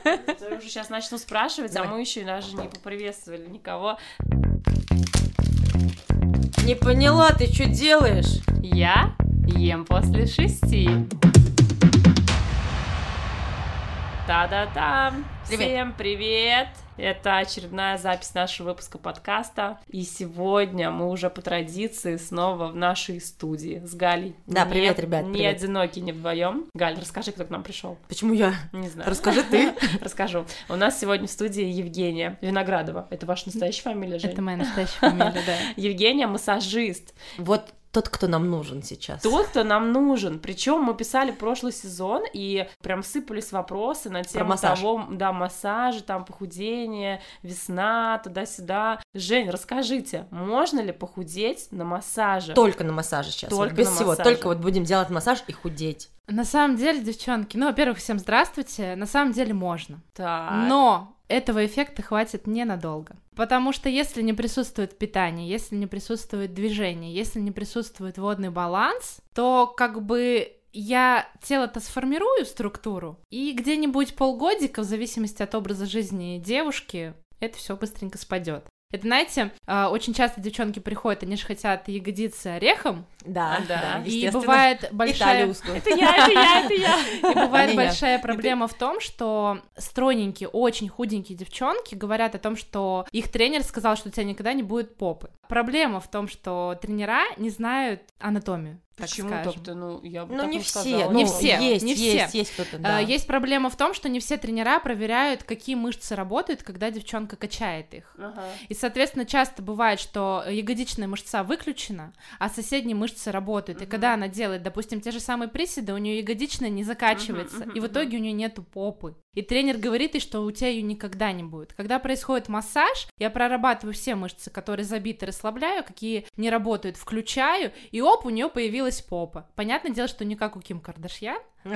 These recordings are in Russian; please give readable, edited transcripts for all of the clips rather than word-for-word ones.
Я уже сейчас начну спрашивать, а мы еще даже не поприветствовали никого. Не поняла, ты что делаешь? Я ем после 6. Та-да-та! Всем привет! Это очередная запись нашего выпуска подкаста. И сегодня мы уже по традиции снова в нашей студии с Галей. Да, привет, ребят. Не одиноки, не вдвоем. Галь, расскажи, кто к нам пришел. Почему я? Не знаю. Расскажи ты. Расскажу. У нас сегодня в студии Евгения Виноградова. Это ваша настоящая фамилия, Жень? Это моя настоящая фамилия, да. Евгения массажист. Вот тот, кто нам нужен сейчас. Тот, кто нам нужен. Причем мы писали прошлый сезон, и прям сыпались вопросы на тему того, да, массажа, там, похудение, весна, туда-сюда. Жень, расскажите, можно ли похудеть на массаже? Только на массаже сейчас. Только вот, без на всего. массаже. Только вот будем делать массаж и худеть. На самом деле, девчонки, во-первых, всем здравствуйте. На самом деле можно. Так. Но этого эффекта хватит ненадолго. Потому что если не присутствует питание, если не присутствует движение, если не присутствует водный баланс, то как бы я тело-то сформирую структуру, и где-нибудь полгодика, в зависимости от образа жизни девушки, это все быстренько спадет. Это, знаете, очень часто девчонки приходят, они же хотят ягодицы орехом. Да. И бывает большая... Это я. И бывает большая проблема в том, что стройненькие, очень худенькие девчонки говорят о том, что их тренер сказал, что у тебя никогда не будет попы. Проблема в том, что тренера не знают анатомию. Почему так-то? Я бы так не все. Не все. Есть кто-то, да. Есть проблема в том, что не все тренера проверяют, какие мышцы работают, когда девчонка качает их. Ага. И, соответственно, часто бывает, что ягодичная мышца выключена, а соседние мышцы работают. И когда она делает, допустим, те же самые приседы, у нее ягодичная не закачивается, и в итоге у нее нету попы. И тренер говорит ей, что у тебя ее никогда не будет. Когда происходит массаж, я прорабатываю все мышцы, которые забиты, расслабляю, какие не работают, включаю, и у нее появилась попа. Понятное дело, что не как у Ким Кардашьян,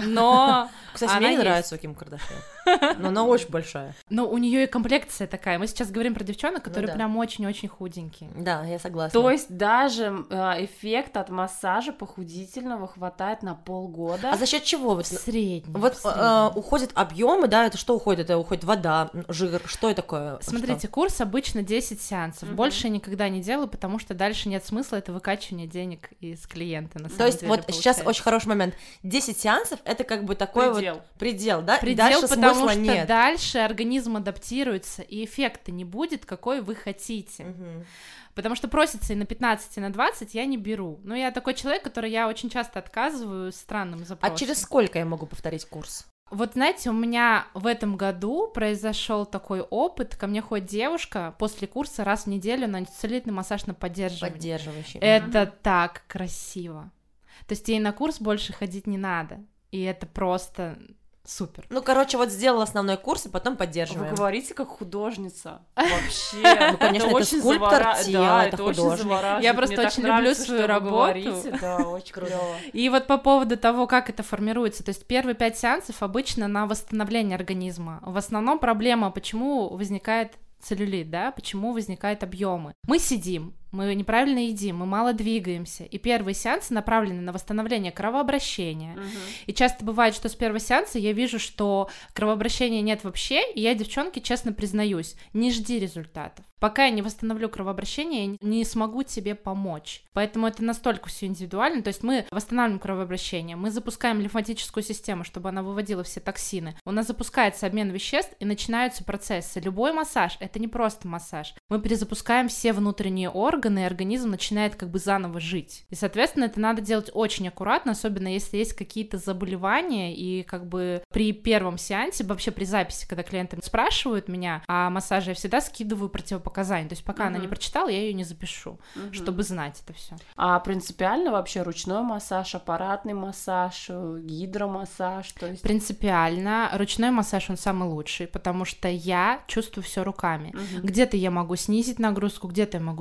но кстати, мне не нравится у Ким Кардашьян, но она очень большая. Но у нее и комплекция такая. Мы сейчас говорим про девчонок, которые прям очень-очень худенькие. Да, я согласна. То есть даже эффект от массажа похудительного хватает на полгода. А за счет чего? В среднем. Вот уходят объемы, да, это что уходит? Это уходит вода, жир, что это такое? Смотрите, курс обычно 10 сеансов. Больше я никогда не делаю, потому что дальше нет смысла, это выкачивание денег из клиента, на самом деле. То есть вот сейчас очень хороший момент. 10 сеансов это как бы такой предел, да? Предел, дальше потому что нет. дальше организм адаптируется, и эффекта не будет, какой вы хотите. Потому что просится и на 15, и на 20 я не беру. Но я такой человек, который я очень часто отказываю странным запросам. А через сколько я могу повторить курс? Вот знаете, у меня в этом году произошел такой опыт. Ко мне ходит девушка после курса раз в неделю на целительный массаж на поддерживание. Поддерживающий. Это так красиво. То есть ей на курс больше ходить не надо. И это просто супер. Ну, короче, вот сделала основной курс, и потом поддерживаем. Вы говорите как художница. Вообще. Ну, конечно, это скульптор тела, это художник. Я просто очень люблю свою работу. Да, очень клёво. И вот по поводу того, как это формируется, то есть первые 5 сеансов обычно на восстановление организма. В основном проблема, почему возникает целлюлит, да, почему возникают объемы. Мы сидим, мы неправильно едим, мы мало двигаемся, и первые сеансы направлены на восстановление кровообращения. И часто бывает, что с первого сеанса я вижу, что кровообращения нет вообще, и я, девчонки, честно признаюсь, не жди результатов. Пока я не восстановлю кровообращение, я не смогу тебе помочь. Поэтому это настолько все индивидуально. То есть мы восстанавливаем кровообращение, мы запускаем лимфатическую систему, чтобы она выводила все токсины. У нас запускается обмен веществ, и начинаются процессы. Любой массаж — это не просто массаж. Мы перезапускаем все внутренние органы, и организм начинает как бы заново жить. И, соответственно, это надо делать очень аккуратно, особенно если есть какие-то заболевания, и как бы при первом сеансе, вообще при записи, когда клиенты спрашивают меня о массаже, я всегда скидываю противопоказания. То есть пока она не прочитала, я ее не запишу, чтобы знать это все. А принципиально вообще ручной массаж, аппаратный массаж, гидромассаж? То есть... Принципиально ручной массаж, он самый лучший, потому что я чувствую все руками. Где-то я могу снизить нагрузку, где-то я могу добавить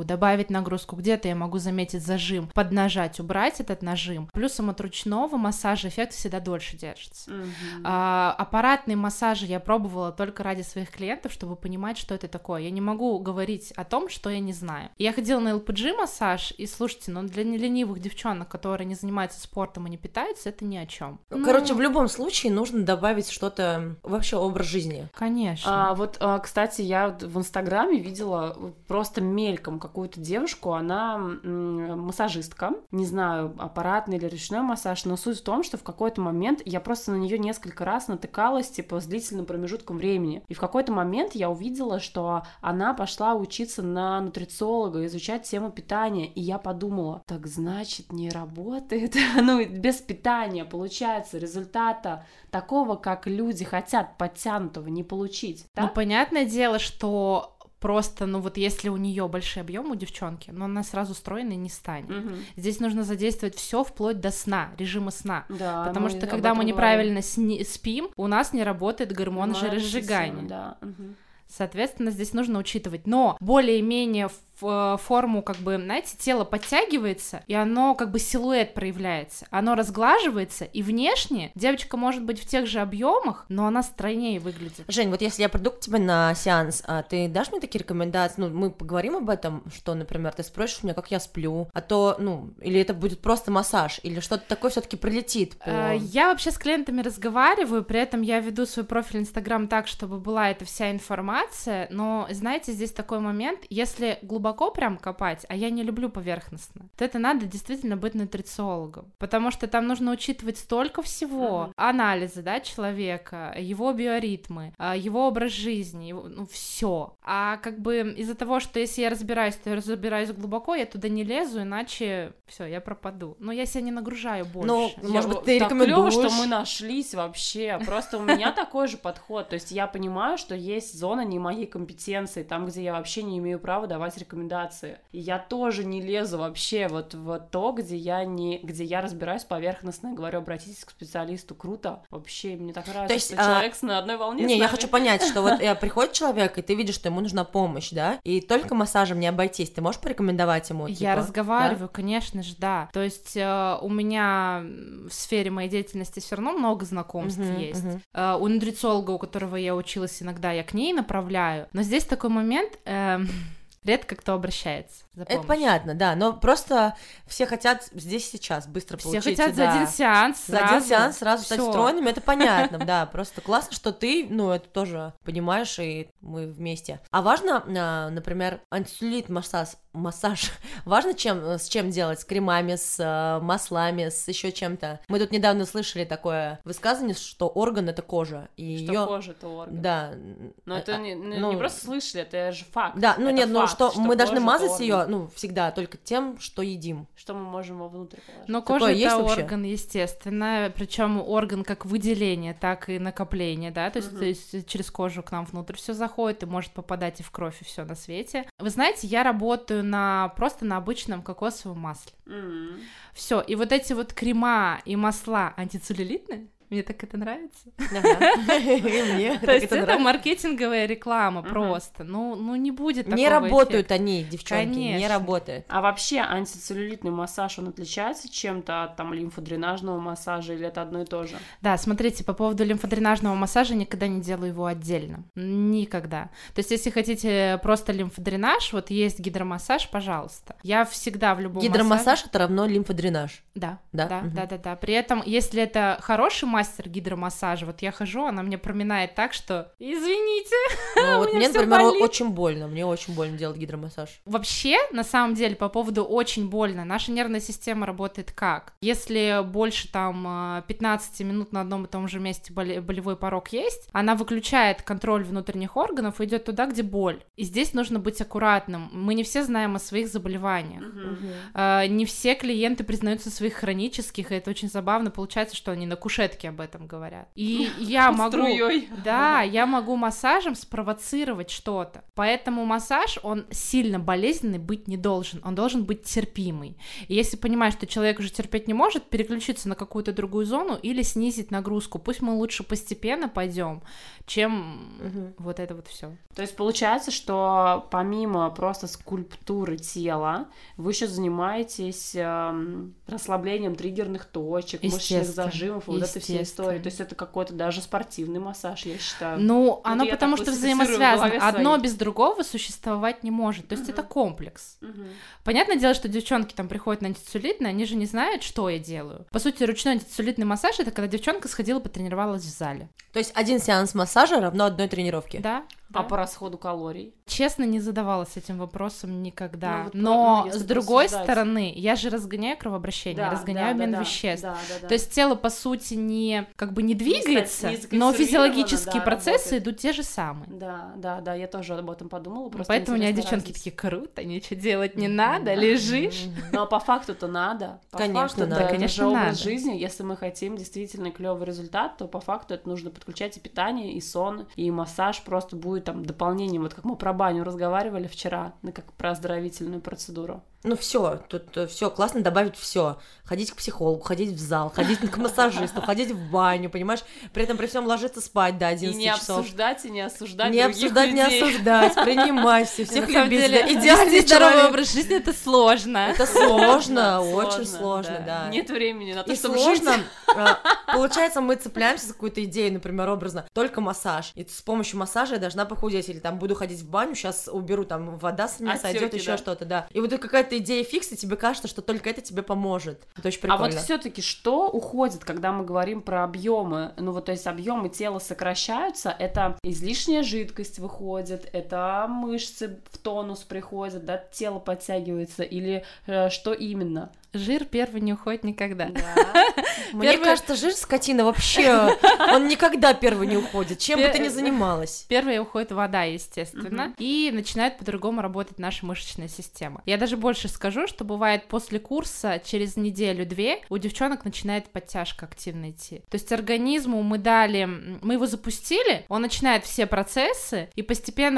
добавить нагрузку, где-то я могу заметить зажим, поднажать, убрать этот нажим. Плюсом от ручного массажа эффект всегда дольше держится. Аппаратные массажи я пробовала только ради своих клиентов, чтобы понимать, что это такое. Я не могу говорить о том, что я не знаю. Я ходила на LPG-массаж, и слушайте, для неленивых девчонок, которые не занимаются спортом и не питаются, это ни о чем. Короче, в любом случае нужно добавить что-то, вообще образ жизни. Конечно. Кстати, я в Инстаграме видела просто мельком какую-то девушку, она массажистка, не знаю, аппаратный или ручной массаж, но суть в том, что в какой-то момент я просто на нее несколько раз натыкалась, типа, с длительным промежутком времени, и в какой-то момент я увидела, что она пошла учиться на нутрициолога, изучать тему питания, и я подумала, так значит, не работает, без питания, получается, результата такого, как люди хотят, подтянутого, не получить. Да? Понятное дело, что просто, если у нее большие объемы у девчонки, но она сразу стройной не станет. Здесь нужно задействовать все вплоть до сна, режима сна. Да, потому что когда мы неправильно спим, у нас не работает гормон жиросжигания. Да. Соответственно, здесь нужно учитывать. Но более-менее форму, знаете, тело подтягивается, и оно силуэт проявляется, оно разглаживается, и внешне девочка может быть в тех же объемах, но она стройнее выглядит. Жень, вот если я приду к тебе на сеанс, ты дашь мне такие рекомендации? Мы поговорим об этом, что, например, ты спросишь меня, как я сплю, а то, или это будет просто массаж, или что-то такое все-таки прилетит. Я вообще с клиентами разговариваю, при этом я веду свой профиль Инстаграм так, чтобы была эта вся информация, но, знаете, здесь такой момент, если глубоко прям копать, а я не люблю поверхностно, то это надо действительно быть нутрициологом, потому что там нужно учитывать столько всего, анализы, да, человека, его биоритмы, его образ жизни, все. А из-за того, что если я разбираюсь, то я разбираюсь глубоко, я туда не лезу, иначе все, я пропаду. Но я себя не нагружаю больше. Может быть, ты рекомендуешь? Так клёво, что мы нашлись вообще, просто у меня такой же подход, то есть я понимаю, что есть зона не моей компетенции, там, где я вообще не имею права давать рекомендации. И я тоже не лезу вообще в то, где я разбираюсь поверхностно, говорю, обратитесь к специалисту, круто, вообще, мне так нравится, что человек на одной волне. Не, я хочу понять, что приходит человек, и ты видишь, что ему нужна помощь, да, и только массажем не обойтись, ты можешь порекомендовать ему? Я разговариваю, конечно же, да, то есть у меня в сфере моей деятельности все равно много знакомств есть, у нутрициолога, у которого я училась, иногда я к ней направляю, но здесь такой момент... Редко кто обращается за помощью. Это понятно, да, но просто все хотят здесь сейчас быстро получить. Все хотят за один сеанс сразу. За один сеанс сразу стать стройными, это понятно, да, просто классно, что ты, это тоже понимаешь, и мы вместе. А важно, например, антицеллюлит массаж, важно с чем делать? С кремами, с маслами, с еще чем-то? Мы тут недавно слышали такое высказывание, что орган — это кожа. Что кожа — это орган. Да. Но это не просто слышали, это же факт. Да, что мы должны мазать ее, всегда только тем, что едим. Что мы можем вовнутрь положить. Но кожа — это орган, естественно, причем орган как выделение, так и накопление, да, то есть через кожу к нам внутрь все заходит и может попадать и в кровь, и все на свете. Вы знаете, я работаю просто на обычном кокосовом масле. Все, и вот эти крема и масла антицеллюлитные, мне так это нравится. То есть это маркетинговая реклама просто. Не будет такого эффекта. Не работают они, девчонки, не работают. А вообще антицеллюлитный массаж, он отличается чем-то от лимфодренажного массажа, или это одно и то же? Да, смотрите, по поводу лимфодренажного массажа никогда не делаю его отдельно. Никогда. То есть если хотите просто лимфодренаж, есть гидромассаж, пожалуйста. Я всегда в любом Гидромассаж — это равно лимфодренаж. Да. При этом, если это хороший мастер гидромассажа, я хожу, она мне проминает так, что извините, мне, например, очень больно, мне очень больно делать гидромассаж. Вообще, на самом деле, по поводу очень больно, наша нервная система работает как? Если больше 15 минут на одном и том же месте болевой порог есть, она выключает контроль внутренних органов и идет туда, где боль. И здесь нужно быть аккуратным. Мы не все знаем о своих заболеваниях. Не все клиенты признаются в своих хронических, и это очень забавно. Получается, что они на кушетке тренировки об этом говорят. И я могу... Да, я могу массажем спровоцировать что-то. Поэтому массаж, он сильно болезненный быть не должен. Он должен быть терпимый. И если понимаешь, что человек уже терпеть не может, переключиться на какую-то другую зону или снизить нагрузку. Пусть мы лучше постепенно пойдем, чем вот это вот все. То есть получается, что помимо просто скульптуры тела, вы еще занимаетесь расслаблением триггерных точек, мышечных зажимов, вот этой всей истории. То есть это какой-то даже спортивный массаж, я считаю. Ну, оно потому что взаимосвязано. Одно без другого существовать не может. То есть это комплекс. Понятное дело, что девчонки там приходят на антицеллюлитный, они же не знают, что я делаю. По сути, ручной антицеллюлитный массаж — это когда девчонка сходила, потренировалась в зале. То есть один сеанс массажа равно одной тренировке? Да. А по расходу калорий? Честно, не задавалась этим вопросом никогда. Но с другой стороны, я же разгоняю кровообращение, разгоняю обмен веществ. То есть тело, по сути, не двигается, но физиологические процессы идут те же самые. Да, я тоже об этом подумала. Поэтому у меня девчонки такие: круто, ничего делать не надо, лежишь. Но по факту-то надо. Конечно, надо. Это же образ жизни. Если мы хотим действительно клёвый результат, то по факту это нужно подключать и питание, и сон, и массаж просто будет там дополнением, вот как мы про баню разговаривали вчера, как про оздоровительную процедуру. Ну все, тут все классно добавить все. Ходить к психологу, ходить в зал, ходить к массажисту, ходить в баню, понимаешь? При этом при всем ложиться спать до 11 часов. И не обсуждать, и не осуждать не других обсуждать, людей. Не осуждать, принимать всех любить. Идеальный здоровый образ жизни — это сложно. Это сложно, очень сложно, да. Нет времени на то, чтобы жить. Получается, мы цепляемся за какую-то идею, например, образно, только массаж. И с помощью массажа я должна похудеть, или там буду ходить в баню, сейчас уберу, там вода с меня сойдет, еще что-то, да. И вот какая-то идея фикс, и тебе кажется, что только это тебе поможет. Это очень прикольно. А вот все-таки что уходит, когда мы говорим про объемы? Ну вот, то есть объемы тела сокращаются, это излишняя жидкость выходит, это мышцы в тонус приходят, да, тело подтягивается, или что именно? Жир первый не уходит никогда. Мне кажется, жир, скотина, вообще, он никогда первый не уходит, чем бы ты ни занималась. Первая уходит вода, естественно, и начинает по-другому работать наша мышечная система. Я даже больше скажу, что бывает после курса через неделю-две у девчонок начинает подтяжка активно идти. То есть организму мы его запустили, он начинает все процессы, и постепенно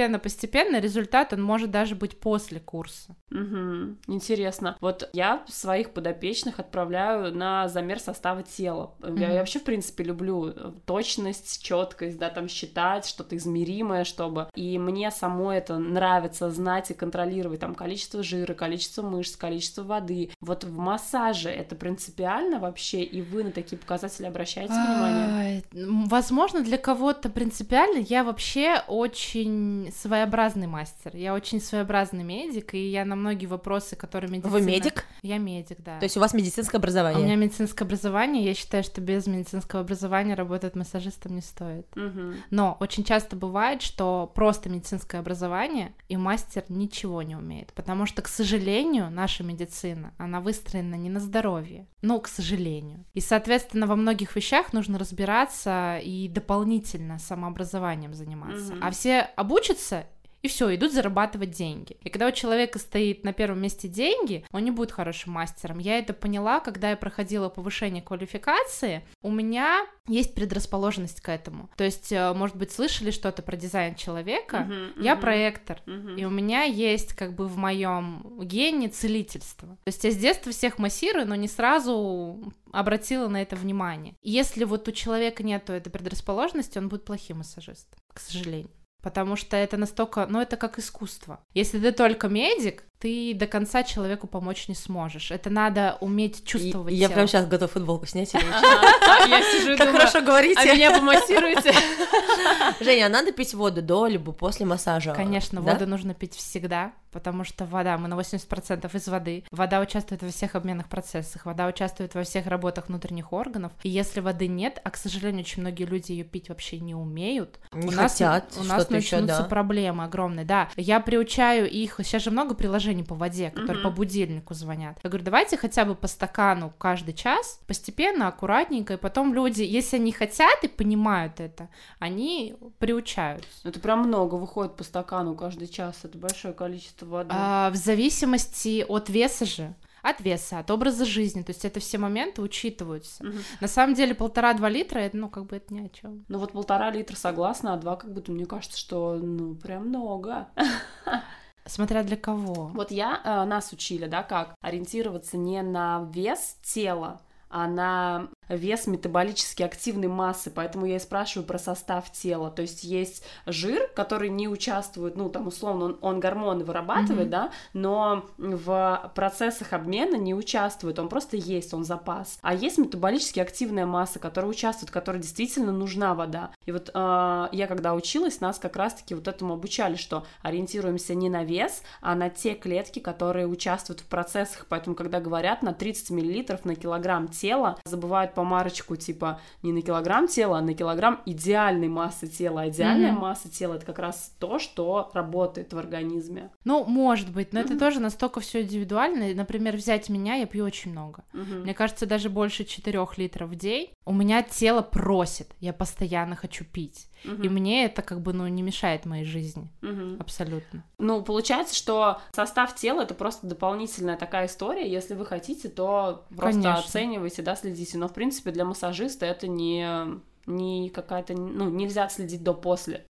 результат, он может даже быть после курса. Интересно. Вот я своих подопечных отправляю на замер состава тела. Я вообще, в принципе, люблю точность, четкость, да, там считать, что-то измеримое, чтобы... И мне самой это нравится знать и контролировать, там, количество жира, количество мышц, количество воды. Вот в массаже это принципиально вообще, и вы на такие показатели обращаете внимание? Возможно, для кого-то принципиально. Я вообще очень своеобразный мастер, я очень своеобразный медик, и я на многие вопросы, которые медицина... Вы медик? Я медик, да. То есть у вас медицинское образование? У меня медицинское образование. Я считаю, что без медицинского образования работать массажистом не стоит. Но очень часто бывает, что просто медицинское образование и мастер ничего не умеет, потому что, к сожалению, наша медицина, она выстроена не на здоровье, но, к сожалению. И, соответственно, во многих вещах нужно разбираться и дополнительно самообразованием заниматься. А все обучатся и все, идут зарабатывать деньги. И когда у человека стоит на первом месте деньги, он не будет хорошим мастером. Я это поняла, когда я проходила повышение квалификации. У меня есть предрасположенность к этому. То есть, может быть, слышали что-то про дизайн человека? Я проектор, и у меня есть как бы в моем гене целительство. То есть я с детства всех массирую, но не сразу обратила на это внимание. И если вот у человека нету этой предрасположенности, он будет плохим массажистом, к сожалению. Потому что это настолько, это как искусство. Если ты только медик, ты до конца человеку помочь не сможешь. Это надо уметь чувствовать тело. Я прямо сейчас готова футболку снять. Я сижу и думаю, как хорошо говорите. А меня помассируете? Женя, а надо пить воду до либо после массажа? Конечно, воду нужно пить всегда, потому что вода, мы на 80% из воды. Вода участвует во всех обменных процессах, вода участвует во всех работах внутренних органов. И если воды нет, а, к сожалению, очень многие люди ее пить вообще не умеют, не хотят, у нас начнутся проблемы огромные. Да, я приучаю их, сейчас же много приложений по воде, которые по будильнику звонят. Я говорю, давайте хотя бы по стакану каждый час, постепенно, аккуратненько, и потом люди, если они хотят и понимают это, они приучаются. Это прям много выходит по стакану каждый час, это большое количество воды. В зависимости от веса же. от веса, от образа жизни, то есть это все моменты учитываются. На самом деле 1,5-2 литра, это, ну, как бы это ни о чем. Ну вот 1,5 литра согласна, а 2 как будто мне кажется, что, ну, прям много. Смотря для кого. Вот нас учили, да, как ориентироваться не на вес тела, а на вес метаболически активной массы, поэтому я и спрашиваю про состав тела, то есть есть жир, который не участвует, ну, там, условно, он гормоны вырабатывает, да, но в процессах обмена не участвует, он просто есть, он запас, а есть метаболически активная масса, которая участвует, которой действительно нужна вода, и вот я когда училась, нас как раз-таки вот этому обучали, что ориентируемся не на вес, а на те клетки, которые участвуют в процессах, поэтому, когда говорят на 30 мл на килограмм тела, забывают помарочку, типа, не на килограмм тела, а на килограмм идеальной массы тела. А идеальная масса тела — это как раз то, что работает в организме. Ну, может быть, но это тоже настолько все индивидуально. Например, взять меня, я пью очень много. Мне кажется, даже больше 4 литров в день. У меня тело просит, я постоянно хочу пить. И мне это как бы, ну, не мешает моей жизни. Абсолютно. Ну, получается, что состав тела — это просто дополнительная такая история. Если вы хотите, то просто оценивайте, да, следите. Но, в принципе, для массажиста это не какая-то... Ну, нельзя следить до-после.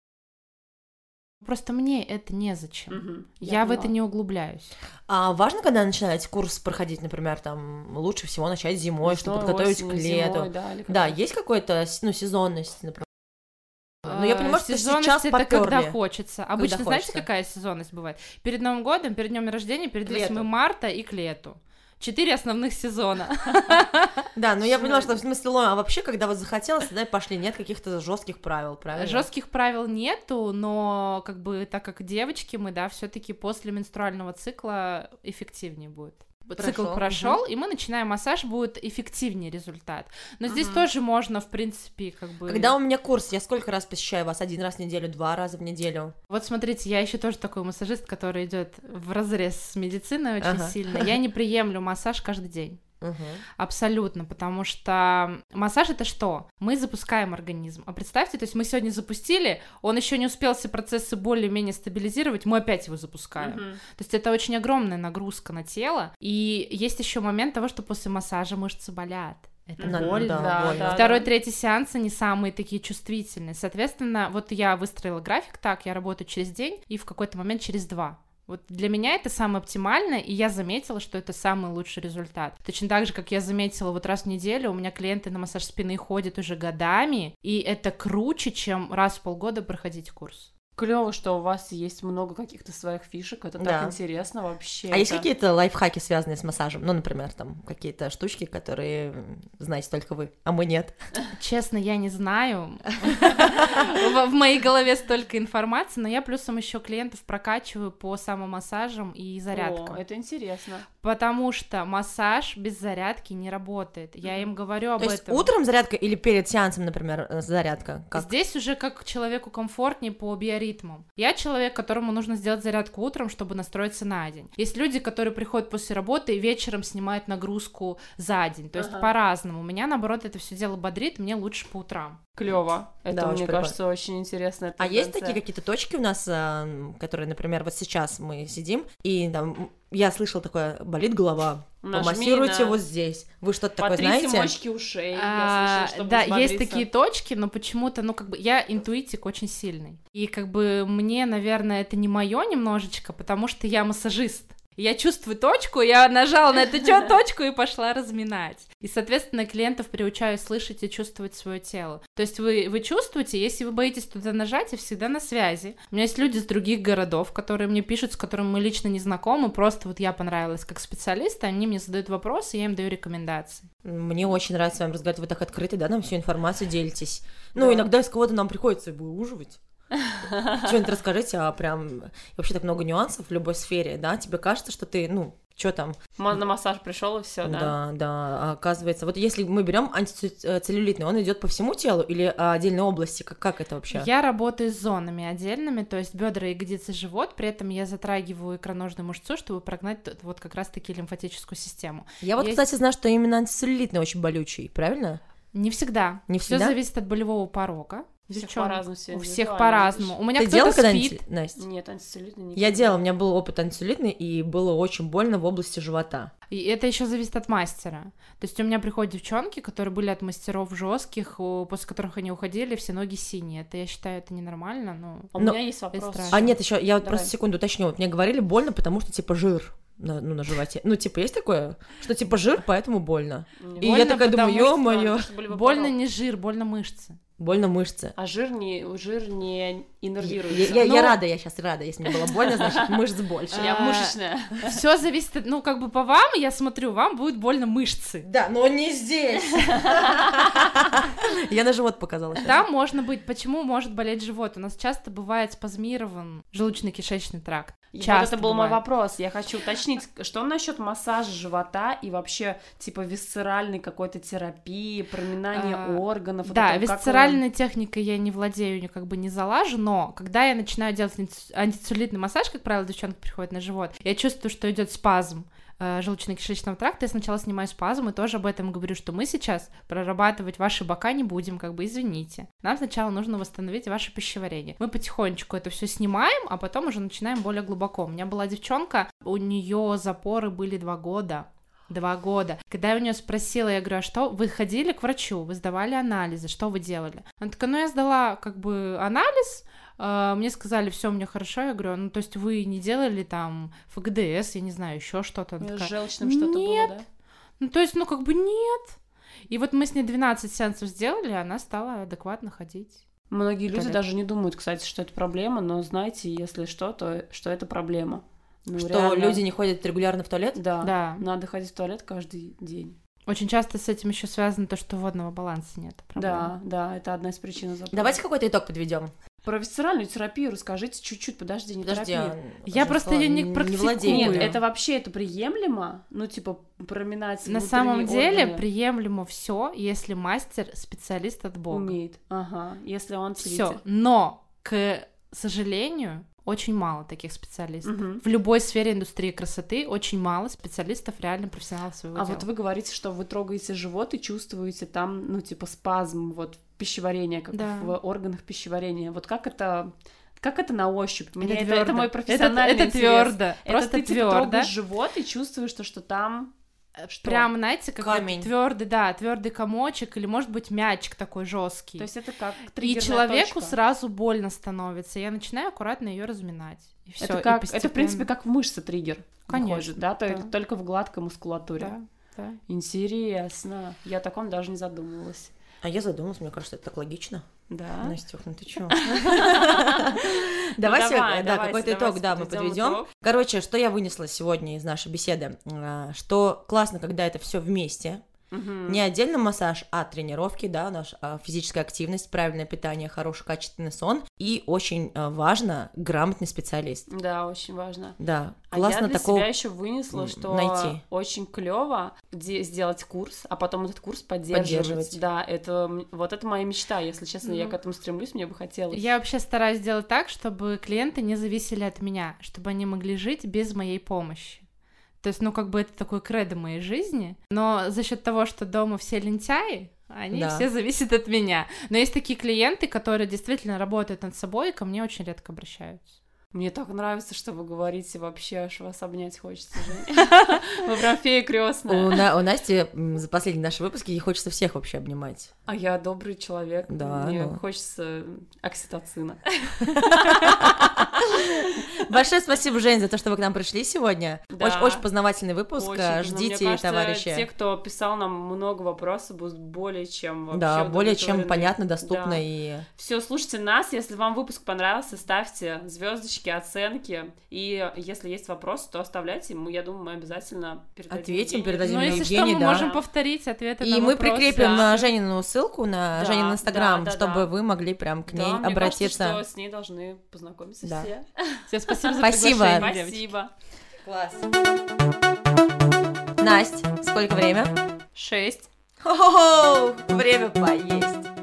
Просто мне это незачем. Я в это не углубляюсь. А важно, когда начинаете курс проходить, например, там, лучше всего начать зимой, чтобы подготовить к лету. Зимой, да, есть какая-то, ну, сезонность, например? Ну, я понимаю, что сейчас это когда хочется. Обычно, когда знаете, какая сезонность бывает? Перед Новым годом, перед днем рождения, перед 8 марта и к лету. 4 основных сезона. Да, но я поняла, что в смысле, а вообще, когда вот захотелось, тогда и пошли, нет каких-то жестких правил, правильно? Жестких правил нету, но как бы так как девочки мы, да, все-таки после менструального цикла эффективнее будет. Цикл прошел, и мы начинаем массаж, будет эффективнее результат. Но здесь тоже можно, в принципе, как бы... Когда у меня курс, я сколько раз посещаю вас? 1 раз в неделю, 2 раза в неделю? Вот смотрите, я еще тоже такой массажист, который идет вразрез с медициной очень сильно. Я не приемлю массаж каждый день. Абсолютно, потому что массаж — это что? Мы запускаем организм. А представьте, то есть мы сегодня запустили, он еще не успел все процессы более-менее стабилизировать, мы опять его запускаем. То есть это очень огромная нагрузка на тело. И есть еще момент того, что после массажа мышцы болят. Это боль. Да, Второй, третий сеансы не самые такие чувствительные. Соответственно, вот я выстроила график так, я работаю через день и в какой-то момент через 2. Вот для меня это самое оптимальное, и я заметила, что это самый лучший результат. Точно так же, как я заметила, вот раз в неделю у меня клиенты на массаж спины ходят уже годами, и это круче, чем раз в полгода проходить курс. Клево, что у вас есть много каких-то своих фишек, это так интересно вообще. А есть какие-то лайфхаки, связанные с массажем? Ну, например, там какие-то штучки, которые знаете только вы, а мы нет. Честно, я не знаю. В моей голове столько информации, но я плюсом еще клиентов прокачиваю по самомассажам и зарядкам. О, это интересно. Потому что массаж без зарядки не работает. Я им говорю об этом. То есть утром зарядка или перед сеансом, например, зарядка? Здесь уже как человеку комфортнее по биоритмам. Я человек, которому нужно сделать зарядку утром, чтобы настроиться на день. Есть люди, которые приходят после работы и вечером снимают нагрузку за день. То есть по-разному. Меня, наоборот, это все дело бодрит, мне лучше по утрам. Клево. Это, да, мне кажется, очень интересно. А есть такие какие-то точки у нас, которые, например, вот сейчас мы сидим, и там я слышала такое: болит голова, помассируйте вот здесь. Вы что-то такое знаете? Потрите мочки ушей, я слышала, чтобы да, есть такие точки, но почему-то, ну, как бы, я интуитик очень сильный. И, как бы, мне, наверное, это не моё немножечко, потому что я массажист. Я чувствую точку, я нажала на эту точку и пошла разминать. И, соответственно, клиентов приучаю слышать и чувствовать свое тело. То есть вы чувствуете, если вы боитесь туда нажать, я всегда на связи. У меня есть люди из других городов, которые мне пишут, с которыми мы лично не знакомы, просто вот я понравилась как специалист, они мне задают вопросы, я им даю рекомендации. Мне очень нравится с вами разговаривать, вы так открыты, да, нам всю информацию делитесь. Ну, иногда из кого-то нам приходится выуживать. Что-нибудь расскажите, а прям вообще так много нюансов в любой сфере, да? Тебе кажется, что ты, ну, что там? На массаж пришел и все, да? Да, а оказывается, вот если мы берем антицеллюлитный, он идет по всему телу или отдельной области? Как это вообще? Я работаю с зонами отдельными, то есть бедра, ягодицы, живот, при этом я затрагиваю икроножную мышцу, чтобы прогнать вот как раз-таки лимфатическую систему. Я вот, кстати, знаю, что именно антицеллюлитный очень болючий, правильно? Не всегда. Не всегда? Все зависит от болевого порога. У всех по-разному. У меня ты кто-то спит. Настя? Нет, антицеллюлитный никогда. Я делала, у меня был опыт антицеллюлитный, и было очень больно в области живота. И это еще зависит от мастера. То есть у меня приходят девчонки, которые были от мастеров жестких, после которых они уходили, все ноги синие. Это, я считаю, это ненормально, но... У меня есть вопрос. Нет, еще я просто секунду уточню. Вот мне говорили больно, потому что, типа, жир на животе. Ну, типа, есть такое? Что, типа, жир, поэтому больно. И я такая думаю, ё-моё. Больно не жир, больно мышцы. Больно мышцы. А жир не иннервируется. Я рада, я сейчас рада. Если мне было больно, значит, мышц больше. Я мышечная. Все зависит, как бы по вам, я смотрю, вам будет больно мышцы. Да, но не здесь. Я на живот показала. Там можно быть, почему может болеть живот? У нас часто бывает спазмирован желудочно-кишечный тракт. Вот это был мой вопрос. Я хочу уточнить, что насчет массажа живота и вообще типа висцеральной какой-то терапии, проминания органов. Да, висцеральной техникой я не владею, как бы не залажу, но когда я начинаю делать антицеллюлитный массаж, как правило, девчонка приходит на живот, я чувствую, что идет спазм желудочно-кишечного тракта, я сначала снимаю спазм и тоже об этом говорю, что мы сейчас прорабатывать ваши бока не будем, как бы извините. Нам сначала нужно восстановить ваше пищеварение. Мы потихонечку это все снимаем, а потом уже начинаем более глубоко. У меня была девчонка, у нее запоры были 2 года. 2 года. Когда я у нее спросила, я говорю, а что, вы ходили к врачу, вы сдавали анализы, что вы делали? Она такая, я сдала как бы анализ, мне сказали, все у меня хорошо, я говорю, то есть вы не делали там ФГДС, я не знаю, еще что-то? С желчным что-то нет. было, да? То есть, как бы нет. И вот мы с ней 12 сеансов сделали, и она стала адекватно ходить. Многие люди даже не думают, кстати, что это проблема, но знаете, если что, то что это проблема. Что реально... люди не ходят регулярно в туалет? Да, надо ходить в туалет каждый день. Очень часто с этим еще связано то, что водного баланса нет. Да, это одна из причин запора. Давайте какой-то итог подведем. Про висцеральную терапию расскажите чуть-чуть, подожди, терапию. Я просто ее не практикую. Нет, это вообще приемлемо? Проминать на самом деле приемлемо все, если мастер специалист от Бога. Умеет, если он целитель. Все, но, к сожалению, очень мало таких специалистов. В любой сфере индустрии красоты очень мало специалистов, реально профессионалов своего дела. Вот вы говорите, что вы трогаете живот и чувствуете там, спазм, пищеварения, как в органах пищеварения. Вот как это на ощупь? Это мой профессиональный интерес. Это твёрдо. Просто ты трогаешь живот и чувствуешь, что там... Прям, знаете, как твердый комочек, или, может быть, мячик такой жесткий. То есть это как триггерная точка. И человеку точка. Сразу больно становится. Я начинаю аккуратно ее разминать. И всё, это, в принципе, как в мышце триггер. Конечно. Выходит, да? Только в гладкой мускулатуре. Да. Интересно. Я о таком даже не задумывалась. А я задумалась, мне кажется, это так логично. Да. Настюх, ты чё? Давайте, какой-то итог, мы подведем. Короче, что я вынесла сегодня из нашей беседы, что классно, когда это все вместе. Не отдельно массаж, а тренировки, наша физическая активность, правильное питание, хороший качественный сон и очень важно грамотный специалист. Да, очень важно. Да, классно я для себя еще вынесла, что найти. Очень клево сделать курс, а потом этот курс поддерживать. Да, это моя мечта, если честно, я к этому стремлюсь, мне бы хотелось. Я вообще стараюсь сделать так, чтобы клиенты не зависели от меня, чтобы они могли жить без моей помощи. То есть, это такой кредо моей жизни, но за счет того, что дома все лентяи, они все зависят от меня. Но есть такие клиенты, которые действительно работают над собой и ко мне очень редко обращаются. Мне так нравится, что вы говорите, вообще аж вас обнять хочется, Жень. Вы прям фея крестная. У Насти за последние наши выпуски ей хочется всех вообще обнимать. А я добрый человек, мне хочется окситоцина. Большое спасибо, Жень, за то, что вы к нам пришли сегодня. Очень познавательный выпуск, ждите, товарищи. Те, кто писал нам много вопросов, будут более чем вообще Да, более чем понятно, доступно и... Все, слушайте нас, если вам выпуск понравился, ставьте звездочки, оценки, и если есть вопросы, то оставляйте, я думаю, мы обязательно передадим Евгении. Если что, мы можем повторить ответы на вопросы. И мы прикрепим на Женину ссылку на Женин Инстаграм, чтобы вы могли прям к ней обратиться. Мне кажется, что с ней должны познакомиться все. Все, спасибо за приглашение. Спасибо. Класс. Насть, сколько время? 6. Хо-хо-хо! Время поесть.